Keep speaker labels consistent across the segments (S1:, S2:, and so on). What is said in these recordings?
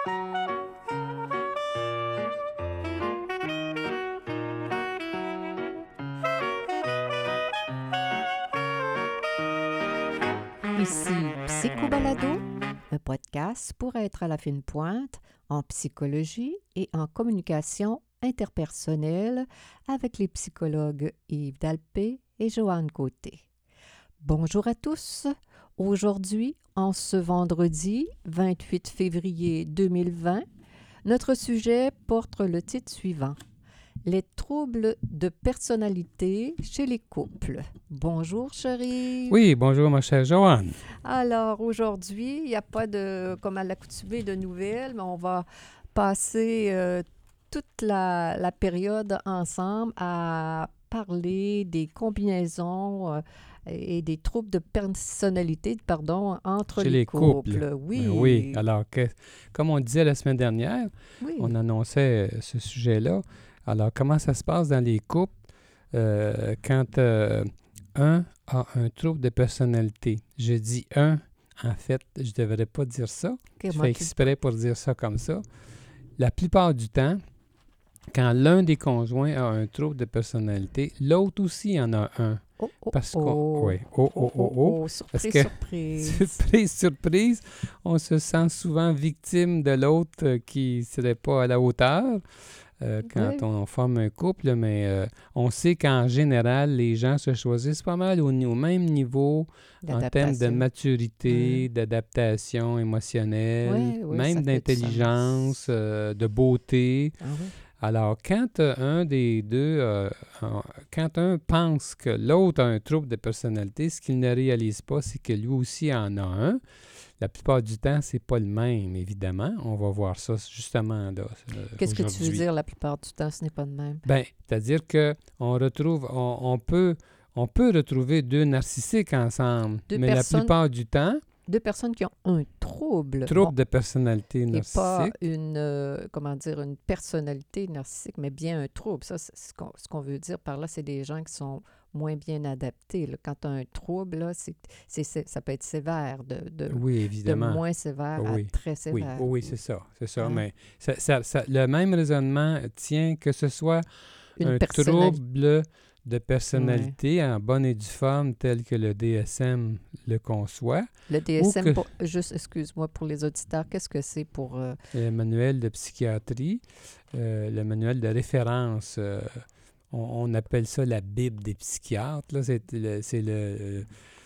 S1: Ici Psychobalado, un podcast pour être à la fine pointe en psychologie et en communication interpersonnelle avec les psychologues Yves Dalpé et Joanne Côté. Bonjour à tous. Aujourd'hui, en ce vendredi 28 février 2020, notre sujet porte le titre suivant: les troubles de personnalité chez les couples. Bonjour, chérie.
S2: Oui, bonjour, ma chère Joanne.
S1: Alors, aujourd'hui, il n'y a pas de, comme à l'accoutumée, de nouvelles, mais on va passer toute la période ensemble à parler des combinaisons et des troubles de personnalité, entre
S2: Chez
S1: les
S2: les
S1: couples.
S2: Ben oui, alors comme on disait la semaine dernière,
S1: Oui.
S2: on annonçait ce sujet-là. Alors, comment ça se passe dans les couples quand un a un trouble de personnalité? Je dis un, en fait, je ne devrais pas dire ça. Je fais exprès pour dire ça comme ça. La plupart du temps, quand l'un des conjoints a un trouble de personnalité, l'autre aussi en a un.
S1: Surprise, surprise.
S2: Surprise, on se sent souvent victime de l'autre qui ne serait pas à la hauteur quand on forme un couple, mais on sait qu'en général, les gens se choisissent pas mal au même niveau en termes de maturité, d'adaptation émotionnelle, même d'intelligence, de beauté. Alors, quand un des deux, quand un pense que l'autre a un trouble de personnalité, ce qu'il ne réalise pas, c'est que lui aussi en a un. La plupart du temps, c'est pas le même, évidemment. On va voir ça justement là.
S1: Qu'est-ce que tu veux dire la plupart du temps, ce n'est pas le même?
S2: Bien, c'est-à-dire qu'on retrouve, on peut retrouver deux narcissiques ensemble, mais la plupart du temps,
S1: deux personnes qui ont un trouble
S2: de personnalité narcissique.
S1: Et pas une personnalité narcissique, mais bien un trouble. Ça, c'est ce qu'on veut dire par là, c'est des gens qui sont moins bien adaptés. Là. Quand tu as un trouble, là, ça peut être sévère,
S2: oui, évidemment.
S1: De moins sévère à très sévère.
S2: Oui, c'est ça. Mais le même raisonnement tient que ce soit un trouble de personnalité en bonne et due forme tel que le DSM le conçoit.
S1: Le DSM, excuse-moi pour les auditeurs, qu'est-ce que c'est pour...
S2: Le manuel de psychiatrie, le manuel de référence, on appelle ça la Bible des psychiatres. Là, c'est le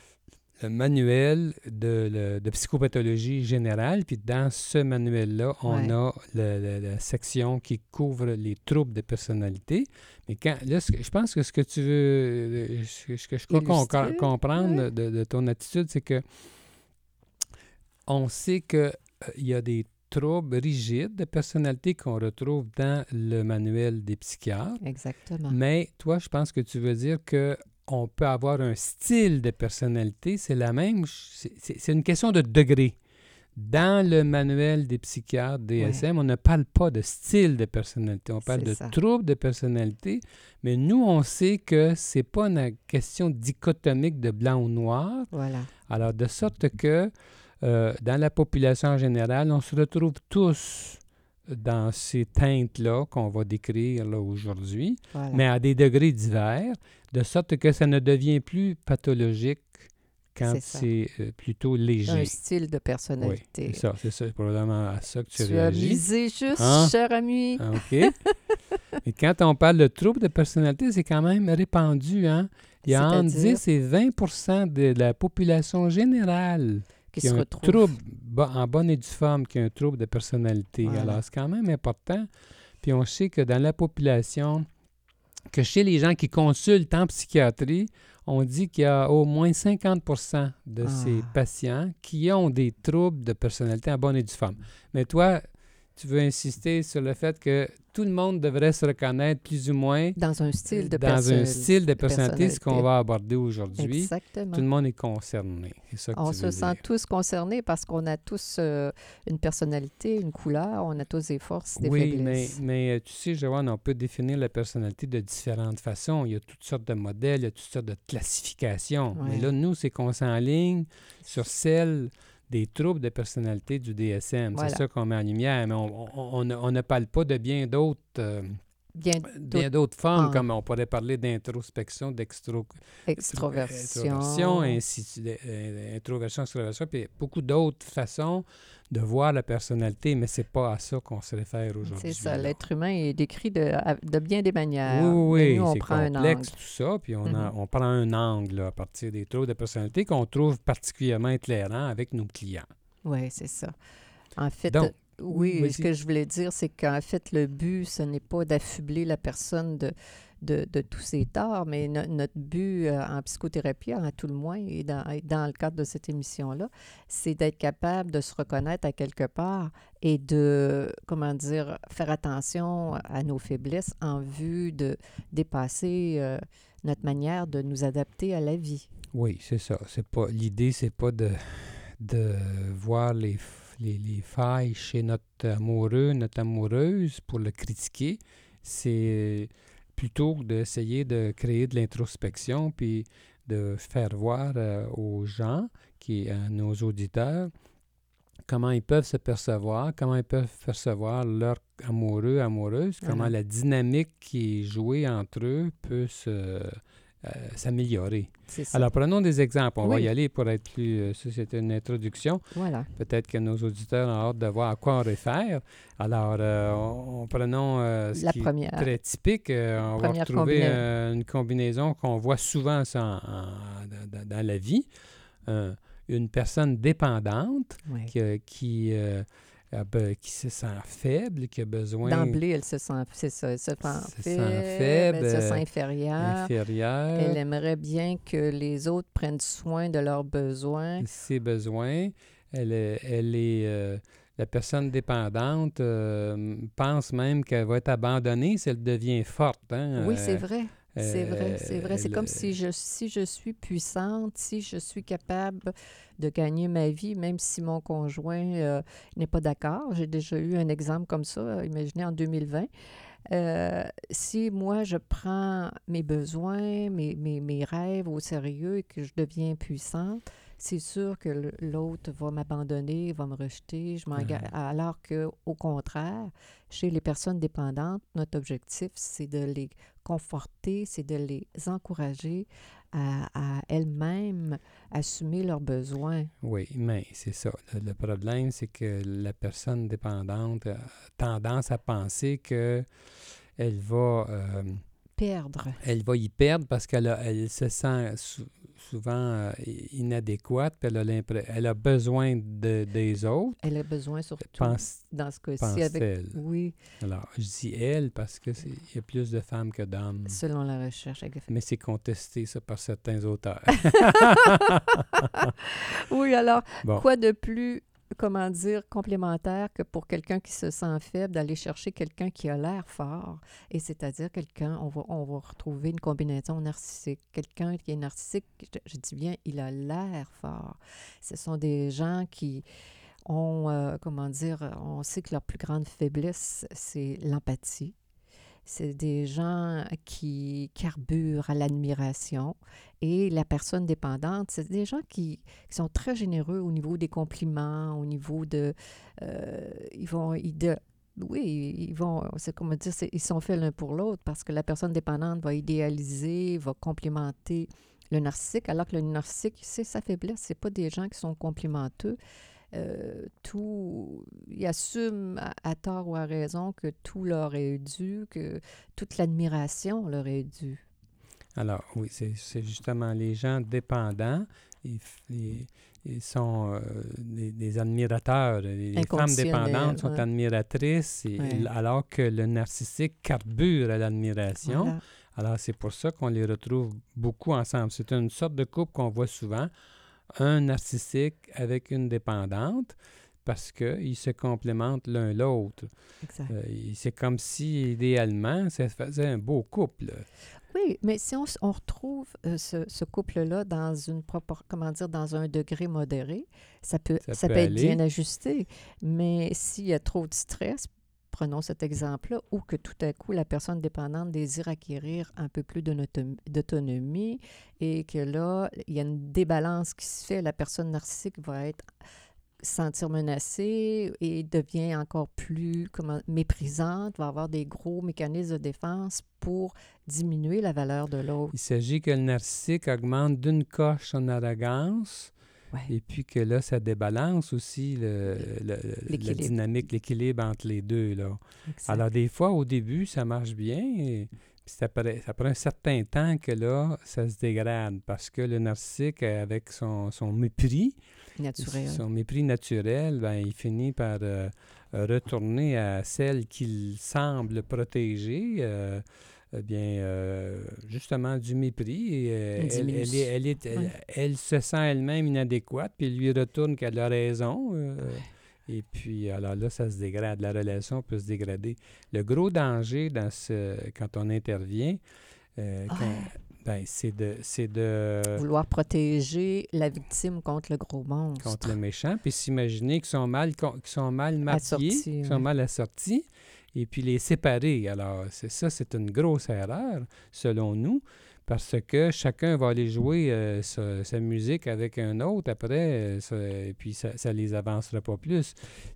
S2: manuel de psychopathologie générale. Puis dans ce manuel-là, on a la section qui couvre les troubles de personnalité. Mais je pense que ce que tu veux, ce que je crois comprendre de ton attitude, c'est que on sait qu'il y a des troubles rigides de personnalité qu'on retrouve dans le manuel des psychiatres.
S1: Exactement.
S2: Mais toi, je pense que tu veux dire que on peut avoir un style de personnalité, c'est la même, c'est une question de degré. Dans le manuel des psychiatres DSM, on ne parle pas de style de personnalité, on parle de trouble de personnalité, mais nous, on sait que c'est pas une question dichotomique de blanc ou noir.
S1: Voilà.
S2: Alors, de sorte que dans la population en général, on se retrouve tous dans ces teintes-là qu'on va décrire là, aujourd'hui, mais à des degrés divers, de sorte que ça ne devient plus pathologique quand c'est plutôt léger.
S1: Un style de personnalité.
S2: Oui, c'est ça, probablement à ça que tu réagis.
S1: Tu as visé juste, cher ami.
S2: OK. Mais quand on parle de trouble de personnalité, c'est quand même répandu, hein? Il y a entre 10 et 20 % de la population générale qui a un trouble en bonne et due forme, qui a un trouble de personnalité. Voilà. Alors, c'est quand même important. Puis on sait que dans la population, que chez les gens qui consultent en psychiatrie, on dit qu'il y a au moins 50 % de ces patients qui ont des troubles de personnalité en bonne et due forme. Mais toi, tu veux insister sur le fait que tout le monde devrait se reconnaître plus ou moins
S1: dans un style de
S2: personnalité, ce qu'on va aborder aujourd'hui.
S1: Exactement.
S2: Tout le monde est concerné. C'est ça que
S1: on se sent tous concernés parce qu'on a tous une personnalité, une couleur, on a tous des forces, des faiblesses.
S2: Oui, mais tu sais, Joanne, on peut définir la personnalité de différentes façons. Il y a toutes sortes de modèles, il y a toutes sortes de classifications. Ouais. Mais là, nous, c'est qu'on s'enligne sur celle des troubles de personnalité du DSM.
S1: Voilà.
S2: C'est ça qu'on met en lumière, mais on ne parle pas de bien d'autres formes, comme on pourrait parler d'introspection,
S1: extroversion,
S2: introversion, extroversion, puis beaucoup d'autres façons de voir la personnalité, mais c'est pas à ça qu'on se réfère aujourd'hui.
S1: C'est ça,
S2: là.
S1: l'être humain est décrit de bien des manières.
S2: Oui,
S1: mais nous, on
S2: c'est
S1: prend un
S2: complexe
S1: angle.
S2: tout ça, puis on prend un angle là, à partir des troubles de personnalité qu'on trouve particulièrement éclairant avec nos clients.
S1: Oui, c'est ça. En fait,
S2: Donc,
S1: oui,
S2: vas-y.
S1: ce que je voulais dire, c'est qu'en fait, le but, ce n'est pas d'affubler la personne de tous ses torts, mais notre but en psychothérapie, à tout le moins, et dans le cadre de cette émission-là, c'est d'être capable de se reconnaître à quelque part et de, comment dire, faire attention à nos faiblesses en vue de dépasser notre manière de nous adapter à la vie.
S2: Oui, c'est ça. L'idée, c'est pas de voir les failles chez notre amoureux, notre amoureuse pour le critiquer. C'est plutôt d'essayer de créer de l'introspection puis de faire voir aux gens, à nos auditeurs, comment ils peuvent se percevoir, comment ils peuvent percevoir leur amoureux, amoureuse, comment la dynamique qui est jouée entre eux peut s'améliorer.
S1: C'est ça.
S2: Alors, prenons des exemples. On va
S1: Oui.
S2: y aller pour être plus... ça, c'était une introduction.
S1: Voilà.
S2: Peut-être que nos auditeurs ont hâte de voir à quoi on réfère. Alors, prenons ce qui est très typique. On va retrouver une combinaison qu'on voit souvent dans la vie. Une personne dépendante qui se sent faible, qui a besoin...
S1: D'emblée, elle se sent, c'est ça, elle se sent faible, elle se sent inférieure. Elle aimerait bien que les autres prennent soin de leurs besoins.
S2: Ses besoins. La personne dépendante pense même qu'elle va être abandonnée si elle devient forte. Hein?
S1: Oui, c'est vrai. C'est vrai. C'est comme si je suis puissante, si je suis capable de gagner ma vie, même si mon conjoint n'est pas d'accord. J'ai déjà eu un exemple comme ça, imaginez en 2020. Si moi, je prends mes besoins, mes rêves au sérieux et que je deviens puissante, c'est sûr que l'autre va m'abandonner, va me rejeter. Alors qu'au contraire, chez les personnes dépendantes, notre objectif, c'est de les conforter, c'est de les encourager à elles-mêmes assumer leurs besoins.
S2: Oui, mais c'est ça. Le problème, c'est que la personne dépendante a tendance à penser qu'elle va...
S1: perdre.
S2: Elle va y perdre parce qu'elle se sent souvent inadéquate, puis elle a besoin des autres.
S1: Elle a besoin surtout, dans ce cas-ci,
S2: avec...
S1: Oui.
S2: Alors, je dis elle parce qu'il y a plus de femmes que d'hommes.
S1: Selon la recherche.
S2: Mais c'est contesté, ça, par certains auteurs.
S1: Oui, alors, quoi de plus, comment dire, complémentaire que pour quelqu'un qui se sent faible, d'aller chercher quelqu'un qui a l'air fort, et c'est-à-dire on va retrouver une combinaison narcissique. Quelqu'un qui est narcissique, je dis bien, il a l'air fort. Ce sont des gens qui ont, on sait que leur plus grande faiblesse, c'est l'empathie. C'est des gens qui carburent à l'admiration. Et la personne dépendante, c'est des gens qui sont très généreux au niveau des compliments, au niveau de... ils sont faits l'un pour l'autre parce que la personne dépendante va idéaliser, va complimenter le narcissique, alors que le narcissique, c'est sa faiblesse. C'est pas des gens qui sont complimenteux. Ils assument à tort ou à raison que tout leur est dû, que toute l'admiration leur est due.
S2: Alors, oui, c'est justement les gens dépendants, ils sont des admirateurs. Les femmes dépendantes sont admiratrices, alors que le narcissique carbure à l'admiration. Voilà. Alors, c'est pour ça qu'on les retrouve beaucoup ensemble. C'est une sorte de couple qu'on voit souvent. Un narcissique avec une dépendante parce qu'ils se complémentent l'un l'autre. C'est comme si, idéalement, ça faisait un beau couple.
S1: Oui, mais si on retrouve ce couple-là dans dans un degré modéré, ça peut être bien ajusté. Mais s'il y a trop de stress, prenons cet exemple-là, ou que tout à coup, la personne dépendante désire acquérir un peu plus d'autonomie et que là, il y a une débalance qui se fait. La personne narcissique va être se sentir menacée et devient encore plus méprisante, va avoir des gros mécanismes de défense pour diminuer la valeur de l'autre.
S2: Il s'agit que le narcissique augmente d'une coche son arrogance,
S1: Ouais.
S2: et puis que là, ça débalance aussi la dynamique, l'équilibre entre les deux, là.
S1: Exact.
S2: Alors, des fois, au début, ça marche bien, puis ça prend un certain temps que là, ça se dégrade, parce que le narcissique, avec son mépris, son mépris naturel, ben, il finit par retourner à celle qu'il semble protéger, justement du mépris. Et elle se sent elle-même inaadéquate, puis il lui retourne qu'elle a raison. Et puis, alors là, ça se dégrade. La relation peut se dégrader. Le gros danger quand on intervient, c'est de
S1: vouloir protéger la victime contre le gros monstre.
S2: Contre le méchant, puis s'imaginer qu'ils sont mal maquillés, qu'ils sont mal assortis, et puis les séparer. Alors, c'est une grosse erreur, selon nous, parce que chacun va aller jouer sa musique avec un autre après, et puis ça les avancera pas plus.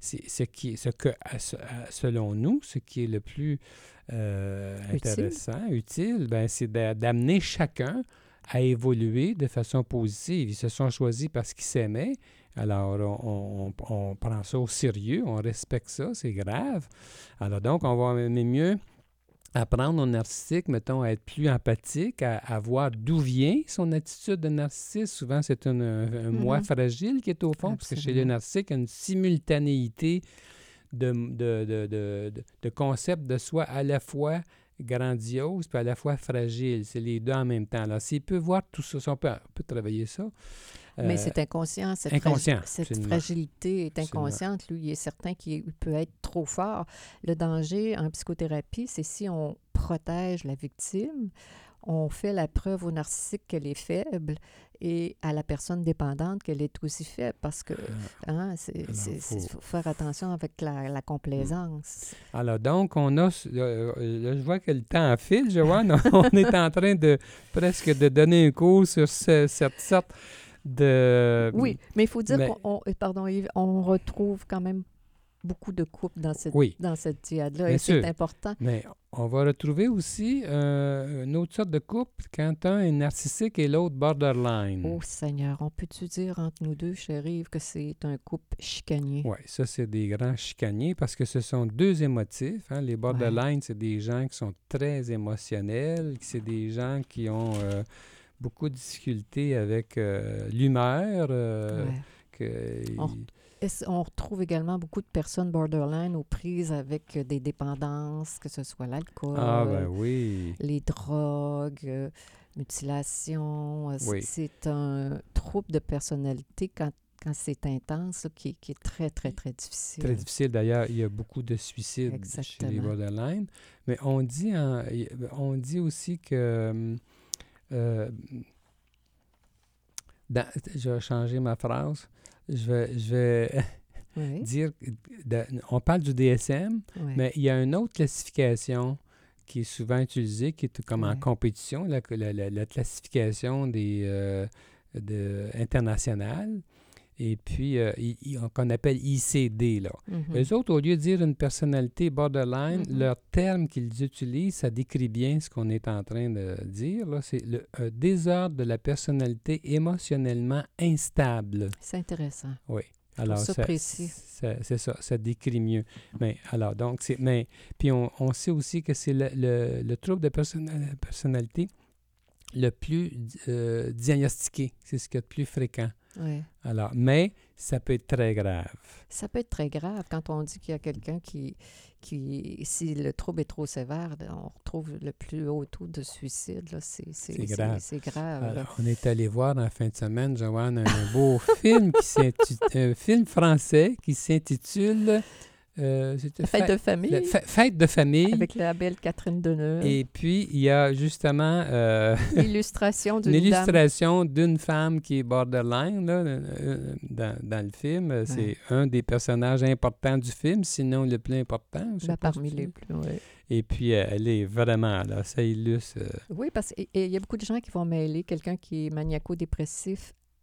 S2: Selon nous, ce qui est le plus intéressant, utile, c'est d'amener chacun à évoluer de façon positive. Ils se sont choisis parce qu'ils s'aimaient. Alors, on prend ça au sérieux, on respecte ça, c'est grave. Alors donc, on va mieux apprendre au narcissique, mettons, à être plus empathique, à voir d'où vient son attitude de narcissisme. Souvent, c'est un moi fragile qui est au fond, parce que chez le narcissique, il y a une simultanéité de concepts de soi à la fois grandiose puis à la fois fragile. C'est les deux en même temps. Alors, s'il peut voir tout ça, on peut travailler ça.
S1: Mais c'est inconscient. Cette fragilité est inconsciente. Lui, il est certain qu'il peut être trop fort. Le danger en psychothérapie, c'est si on protège la victime, on fait la preuve au narcissique qu'elle est faible et à la personne dépendante qu'elle est aussi faible, parce que faut faire attention avec la complaisance.
S2: Alors donc, on a... là, je vois que le temps file, Joanne. On est en train presque de donner un cours sur cette sorte de...
S1: Oui, mais il faut dire on retrouve quand même beaucoup de couples dans cette diade-là, et c'est important.
S2: Mais on va retrouver aussi une autre sorte de couple quand un est narcissique et l'autre borderline.
S1: Oh Seigneur, on peut-tu dire entre nous deux, chérie Yves, que c'est un couple chicanier?
S2: Oui, ça, c'est des grands chicaniers parce que ce sont deux émotifs. Hein. Les borderline, c'est des gens qui sont très émotionnels, c'est des gens qui ont beaucoup de difficultés avec l'humeur.
S1: On retrouve également beaucoup de personnes borderline aux prises avec des dépendances, que ce soit l'alcool, les drogues, mutilation. C'est un trouble de personnalité quand c'est intense, qui est très, très, très difficile.
S2: Très difficile. D'ailleurs, il y a beaucoup de suicides chez les borderline. Mais on dit aussi que... je vais changer ma phrase. Je vais dire... on parle du DSM, mais il y a une autre classification qui est souvent utilisée, qui est comme en compétition, la classification internationale, et puis qu'on appelle ICD. Là. Eux autres, au lieu de dire une personnalité borderline, leur terme qu'ils utilisent, ça décrit bien ce qu'on est en train de dire. Là. C'est un désordre de la personnalité émotionnellement instable.
S1: C'est intéressant.
S2: Oui. Alors,
S1: ça précis.
S2: C'est ça, ça décrit mieux. Mais alors, donc, puis on sait aussi que c'est le trouble de personnalité le plus diagnostiqué. C'est ce qui est le plus fréquent.
S1: Oui.
S2: Alors, mais ça peut être très grave.
S1: Ça peut être très grave quand on dit qu'il y a quelqu'un qui si le trouble est trop sévère, on retrouve le plus haut taux de suicide. Là. C'est grave. C'est grave.
S2: Alors, on est allé voir en fin de semaine, Joanne, un beau film un film français qui s'intitule
S1: Fête de famille.
S2: Fête de famille.
S1: Avec la belle Catherine Deneuve.
S2: Et puis, il y a justement...
S1: l'illustration
S2: d'une femme qui est borderline là, dans le film. C'est un des personnages importants du film, sinon le plus important.
S1: Parmi les plus, oui.
S2: Et puis, elle est vraiment, là, ça illustre...
S1: Oui, parce qu'il y a beaucoup de gens qui vont mêler quelqu'un qui est maniaco-dépressif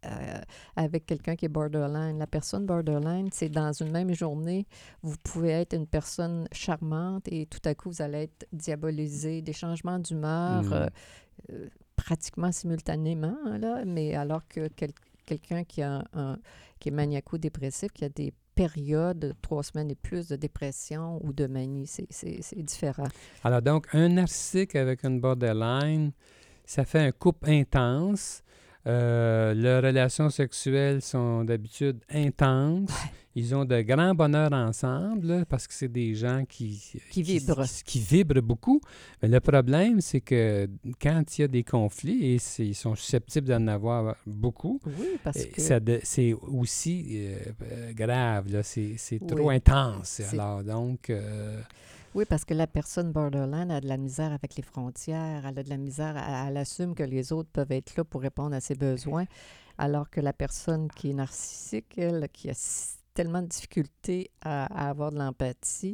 S1: avec quelqu'un qui est borderline. La personne borderline, c'est dans une même journée, vous pouvez être une personne charmante et tout à coup, vous allez être diabolisé, des changements d'humeur pratiquement simultanément, là, mais alors que quelqu'un qui qui est maniaco-dépressif, qui a des périodes, 3 semaines et plus de dépression ou de manie, c'est différent.
S2: Alors donc, un narcissique avec une borderline, ça fait un couple intense. Leurs relations sexuelles sont d'habitude intenses.
S1: Ouais.
S2: Ils ont de grands bonheurs ensemble là, parce que c'est des gens qui
S1: vibrent.
S2: qui vibrent beaucoup. Mais le problème, c'est que quand il y a des conflits, et ils sont susceptibles d'en avoir beaucoup,
S1: Oui, parce que...
S2: c'est aussi grave. Là. C'est trop
S1: Oui.
S2: intense. Alors donc...
S1: Oui, parce que la personne borderline a de la misère avec les frontières, elle a de la misère, elle assume que les autres peuvent être là pour répondre à ses besoins, alors que la personne qui est narcissique, elle, qui a tellement de difficultés à avoir de l'empathie,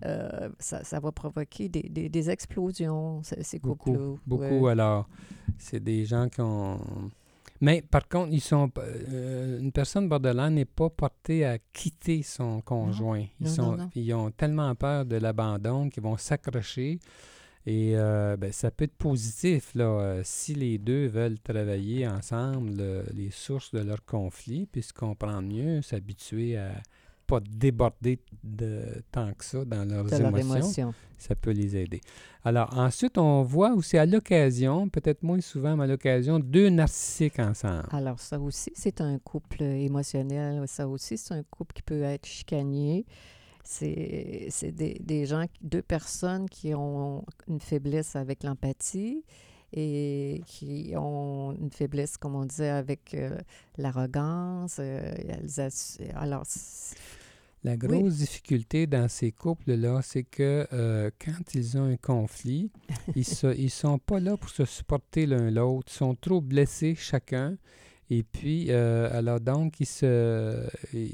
S1: ça va provoquer des explosions, ces couples-là.
S2: Beaucoup.
S1: Ouais.
S2: Alors, c'est des gens qui ont... Mais par contre, une personne borderline n'est pas portée à quitter son conjoint.
S1: Non.
S2: Ils ont tellement peur de l'abandon qu'ils vont s'accrocher. Et ça peut être positif là, si les deux veulent travailler ensemble les sources de leur conflit, puis se comprendre mieux, s'habituer à pas déborder tant que ça dans leurs émotions. Ça peut les aider. Alors, ensuite, on voit aussi à l'occasion, peut-être moins souvent, mais à l'occasion, 2 narcissiques ensemble.
S1: Alors, ça aussi, c'est un couple émotionnel. Ça aussi, c'est un couple qui peut être chicanier. C'est des gens, 2 personnes qui ont une faiblesse avec l'empathie et qui ont une faiblesse, comme on disait, avec l'arrogance. Alors,
S2: la grosse difficulté dans ces couples-là, c'est que quand ils ont un conflit, ils sont pas là pour se supporter l'un l'autre. Ils sont trop blessés chacun. Et puis, alors donc, ils se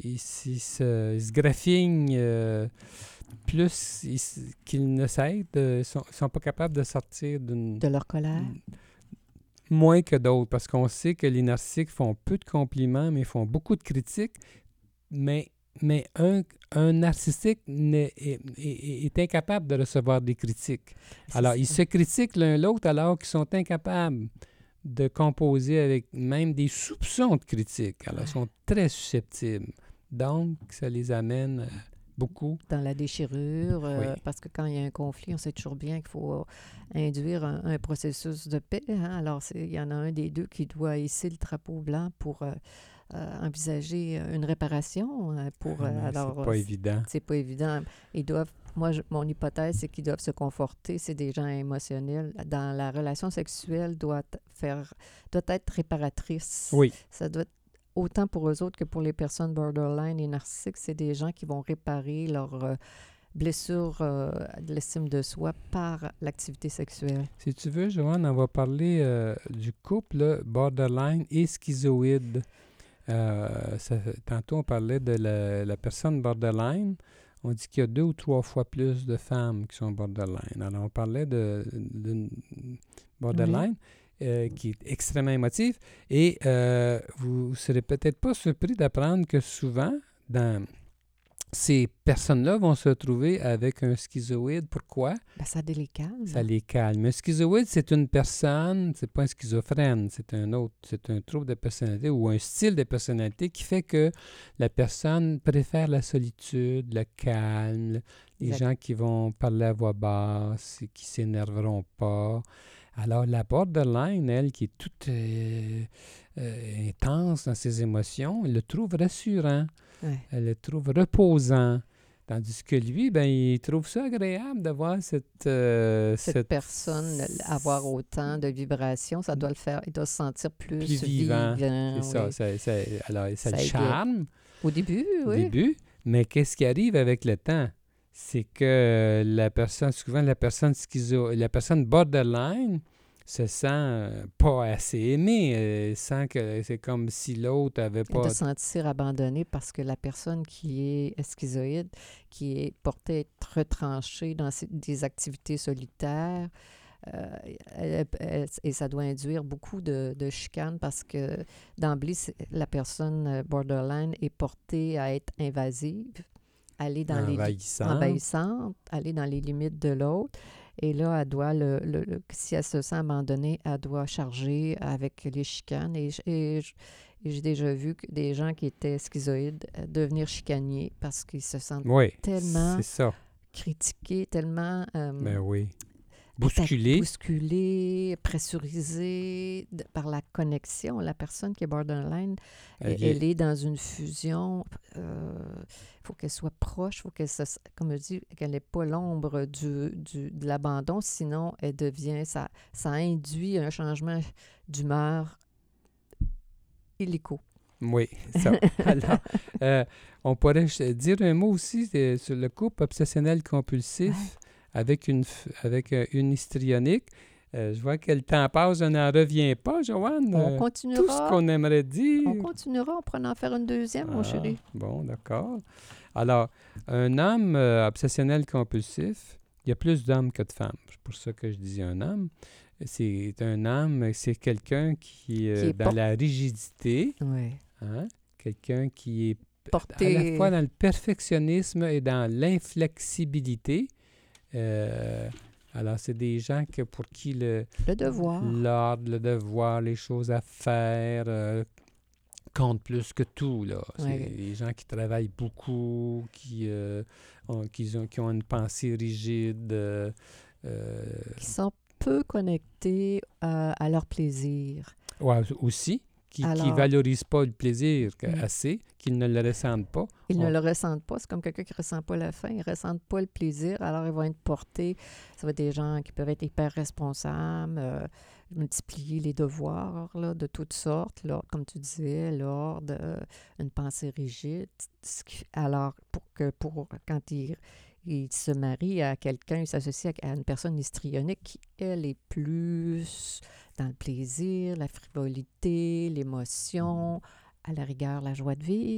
S2: graffignent plus qu'ils ne s'aident. Ils sont pas capables de sortir
S1: de leur colère.
S2: Moins que d'autres, parce qu'on sait que les narcissiques font peu de compliments, mais font beaucoup de critiques. Mais un narcissique est incapable de recevoir des critiques. Alors, ils se critiquent l'un l'autre alors qu'ils sont incapables de composer avec même des soupçons de critique. Alors, ils sont très susceptibles. Donc, ça les amène beaucoup.
S1: Dans la déchirure,
S2: Oui.
S1: parce que quand il y a un conflit, on sait toujours bien qu'il faut induire un processus de paix. Hein? Alors, il y en a un des deux qui doit hisser le drapeau blanc pour envisager une réparation.
S2: C'est pas évident.
S1: C'est pas évident. Ils doivent... mon hypothèse, c'est qu'ils doivent se conforter. C'est des gens émotionnels. Dans la relation sexuelle, doit être réparatrice.
S2: Oui.
S1: Ça doit être autant pour eux autres que pour les personnes borderline et narcissiques. C'est des gens qui vont réparer leurs blessures de l'estime de soi par l'activité sexuelle.
S2: Si tu veux, Joanne, on va parler du couple borderline et schizoïde. Tantôt, on parlait de la personne borderline. On dit qu'il y a 2 ou 3 fois plus de femmes qui sont borderline. Alors, on parlait d'une borderline qui est extrêmement émotive. Et vous ne serez peut-être pas surpris d'apprendre que souvent, ces personnes-là vont se retrouver avec un schizoïde. Pourquoi?
S1: Ben, ça les calme.
S2: Ça les calme. Un schizoïde, c'est une personne, c'est pas un schizophrène, c'est un trouble de personnalité ou un style de personnalité qui fait que la personne préfère la solitude, le calme, les gens qui vont parler à voix basse, qui s'énerveront pas. Alors, la borderline, elle, qui est toute intense dans ses émotions, elle le trouve rassurant.
S1: Ouais.
S2: Elle le trouve reposant. Tandis que lui, il trouve ça agréable d'avoir cette
S1: personne avoir autant de vibrations. Ça doit le faire. Il doit se sentir plus
S2: vivant.
S1: C'est
S2: ça. Alors, ça le charme.
S1: Au début.
S2: Mais qu'est-ce qui arrive avec le temps? C'est que la personne borderline se sent pas assez aimée, sent que c'est comme si l'autre avait pas...
S1: De se sentir abandonné parce que la personne qui est schizoïde, qui est portée à être retranchée dans des activités solitaires, et ça doit induire beaucoup de chicanes parce que d'emblée, la personne borderline est portée à être invasive, aller dans envahissante, aller dans les limites de l'autre. Et là, elle doit, si elle se sent abandonnée, elle doit charger avec les chicanes. Et j'ai déjà vu des gens qui étaient schizoïdes devenir chicaniers parce qu'ils se sentent tellement critiqués, tellement...
S2: ben oui.
S1: Bousculé, pressurisé par la connexion. La personne qui est borderline, elle est dans une fusion. Il faut qu'elle soit proche, il faut qu'elle, comme je dis, qu'elle n'ait pas l'ombre de l'abandon, sinon elle devient, ça induit un changement d'humeur illico.
S2: Oui, ça. Alors, on pourrait dire un mot aussi sur le couple obsessionnel-compulsif. Ouais. Avec une histrionique. Je vois que le temps passe, on n'en revient pas, Joanne.
S1: On continuera.
S2: Tout ce qu'on aimerait dire.
S1: On continuera, on pourra en faire une deuxième, mon chéri.
S2: Bon, d'accord. Alors, un homme obsessionnel-compulsif, il y a plus d'hommes que de femmes. C'est pour ça que je dis un homme. C'est un homme, c'est quelqu'un qui est dans la rigidité.
S1: Oui.
S2: Hein? Quelqu'un qui est porté à la fois dans le perfectionnisme et dans l'inflexibilité. Alors, c'est des gens pour qui
S1: le devoir,
S2: l'ordre, le devoir, les choses à faire comptent plus que tout. Là. C'est des gens qui travaillent beaucoup, qui ont une pensée rigide.
S1: Qui sont peu connectés à leur plaisir.
S2: Oui, aussi. Qui ne valorisent pas le plaisir assez, qu'ils ne le ressentent pas.
S1: Ils ne le ressentent pas. C'est comme quelqu'un qui ne ressent pas la faim. Ils ne ressentent pas le plaisir. Alors, ils vont être portés. Ça va être des gens qui peuvent être hyper responsables, multiplier les devoirs là, de toutes sortes. Là, comme tu disais, l'ordre, une pensée rigide. Alors, quand il se marie à quelqu'un, il s'associe à une personne histrionique qui, elle, est plus dans le plaisir, la frivolité, l'émotion, à la rigueur, la joie de vivre,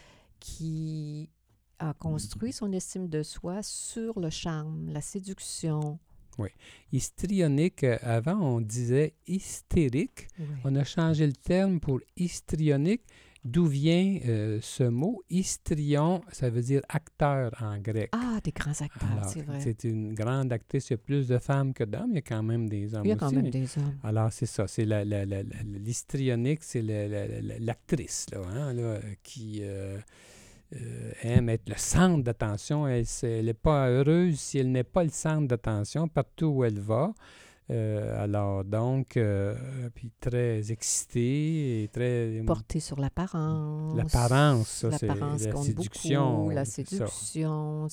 S1: qui a construit son estime de soi sur le charme, la séduction.
S2: Oui. Histrionique, avant, on disait hystérique. Oui. On a changé le terme pour histrionique. D'où vient ce mot? Histrion, ça veut dire acteur en grec.
S1: Ah, des grands acteurs, alors, c'est vrai.
S2: C'est une grande actrice. Il y a plus de femmes que d'hommes. Il y a quand même des hommes aussi.
S1: Il y a quand même des hommes.
S2: Alors, c'est ça. C'est l'histrionique, c'est l'actrice là, qui aime être le centre d'attention. Elle n'est pas heureuse si elle n'est pas le centre d'attention partout où elle va. Alors, donc, puis très excité et très...
S1: Porté sur l'apparence.
S2: L'apparence, ça,
S1: l'apparence
S2: c'est la
S1: compte
S2: séduction.
S1: Beaucoup, la séduction,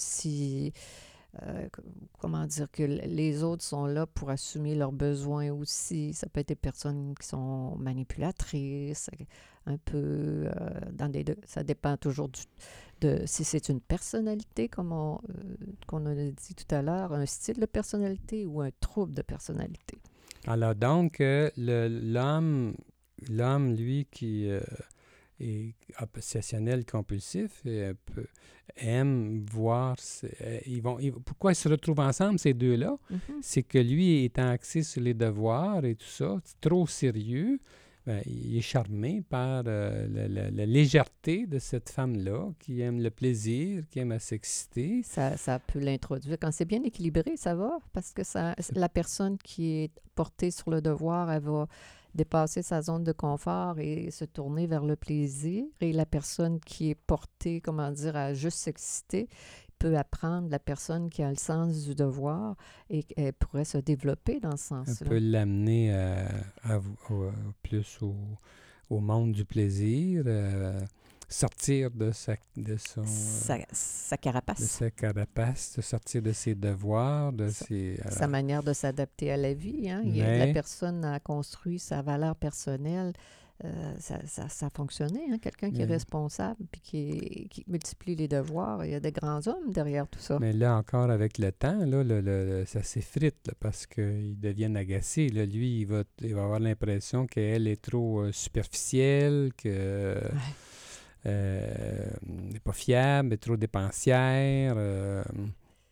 S1: comment dire, que les autres sont là pour assumer leurs besoins aussi. Ça peut être des personnes qui sont manipulatrices, un peu ça dépend toujours si c'est une personnalité, comme qu'on a dit tout à l'heure, un style de personnalité ou un trouble de personnalité.
S2: Alors donc, l'homme, lui, qui est obsessionnel compulsif, aime voir... pourquoi ils se retrouvent ensemble, ces deux-là? Mm-hmm. C'est que lui, étant axé sur les devoirs et tout ça, c'est trop sérieux. Il est charmé par la légèreté de cette femme-là, qui aime le plaisir, qui aime s'exciter.
S1: Ça peut l'introduire. Quand c'est bien équilibré, ça va, parce que la personne qui est portée sur le devoir, elle va dépasser sa zone de confort et se tourner vers le plaisir. Et la personne qui est portée, à juste s'exciter, peut apprendre la personne qui a le sens du devoir et elle pourrait se développer dans ce sens-là.
S2: Elle peut l'amener plus au monde du plaisir, sortir de sa
S1: carapace.
S2: De sa carapace, de sortir de ses devoirs,
S1: sa manière de s'adapter à la vie. Hein? La personne a construit sa valeur personnelle. Ça a fonctionné, hein? Quelqu'un qui est responsable puis qui multiplie les devoirs. Il y a des grands hommes derrière tout ça.
S2: Mais là, encore avec le temps, là, ça s'effrite là, parce qu'ils deviennent agacés. Là. Lui, il va avoir l'impression qu'elle est trop superficielle, que n'est pas fiable, est trop dépensière.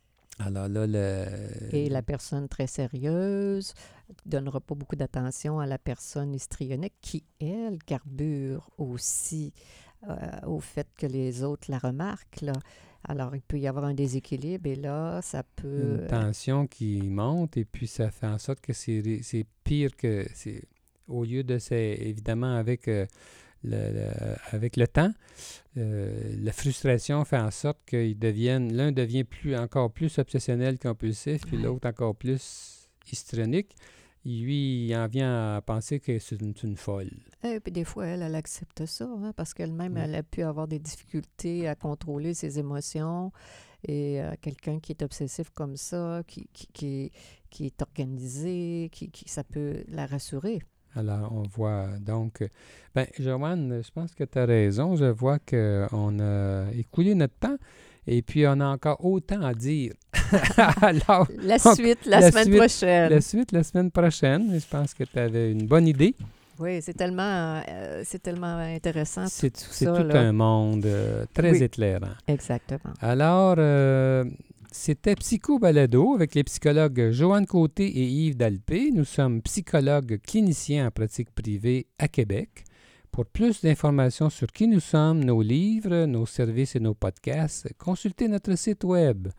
S2: Alors là,
S1: Et la personne très sérieuse ne donnera pas beaucoup d'attention à la personne histrionique qui, elle, carbure aussi au fait que les autres la remarquent, là. Alors, il peut y avoir un déséquilibre et là, ça peut...
S2: une tension qui monte et puis ça fait en sorte que c'est pire que... Au lieu de... évidemment, avec avec le temps, la frustration fait en sorte l'un devient encore plus obsessionnel, compulsif, puis l'autre encore plus histrionique. Lui, il en vient à penser que c'est une folle.
S1: Et puis des fois, elle accepte ça, hein, parce qu'elle-même, elle a pu avoir des difficultés à contrôler ses émotions. Et quelqu'un qui est obsessif comme ça, qui est organisé, ça peut la rassurer.
S2: Alors, on voit donc... Joanne, je pense que tu as raison. Je vois qu'on a écoulé notre temps et puis on a encore autant à dire. Alors,
S1: la suite, la semaine prochaine.
S2: La suite, la semaine prochaine. Je pense que tu avais une bonne idée.
S1: Oui, c'est tellement intéressant.
S2: C'est tout un monde très éclairant.
S1: Exactement.
S2: Alors, c'était Psycho Balado avec les psychologues Joanne Côté et Yves Dalpé. Nous sommes psychologues cliniciens en pratique privée à Québec. Pour plus d'informations sur qui nous sommes, nos livres, nos services et nos podcasts, consultez notre site web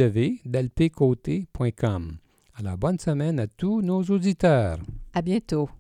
S2: www.dalpécoté.com. Alors, bonne semaine à tous nos auditeurs.
S1: À bientôt.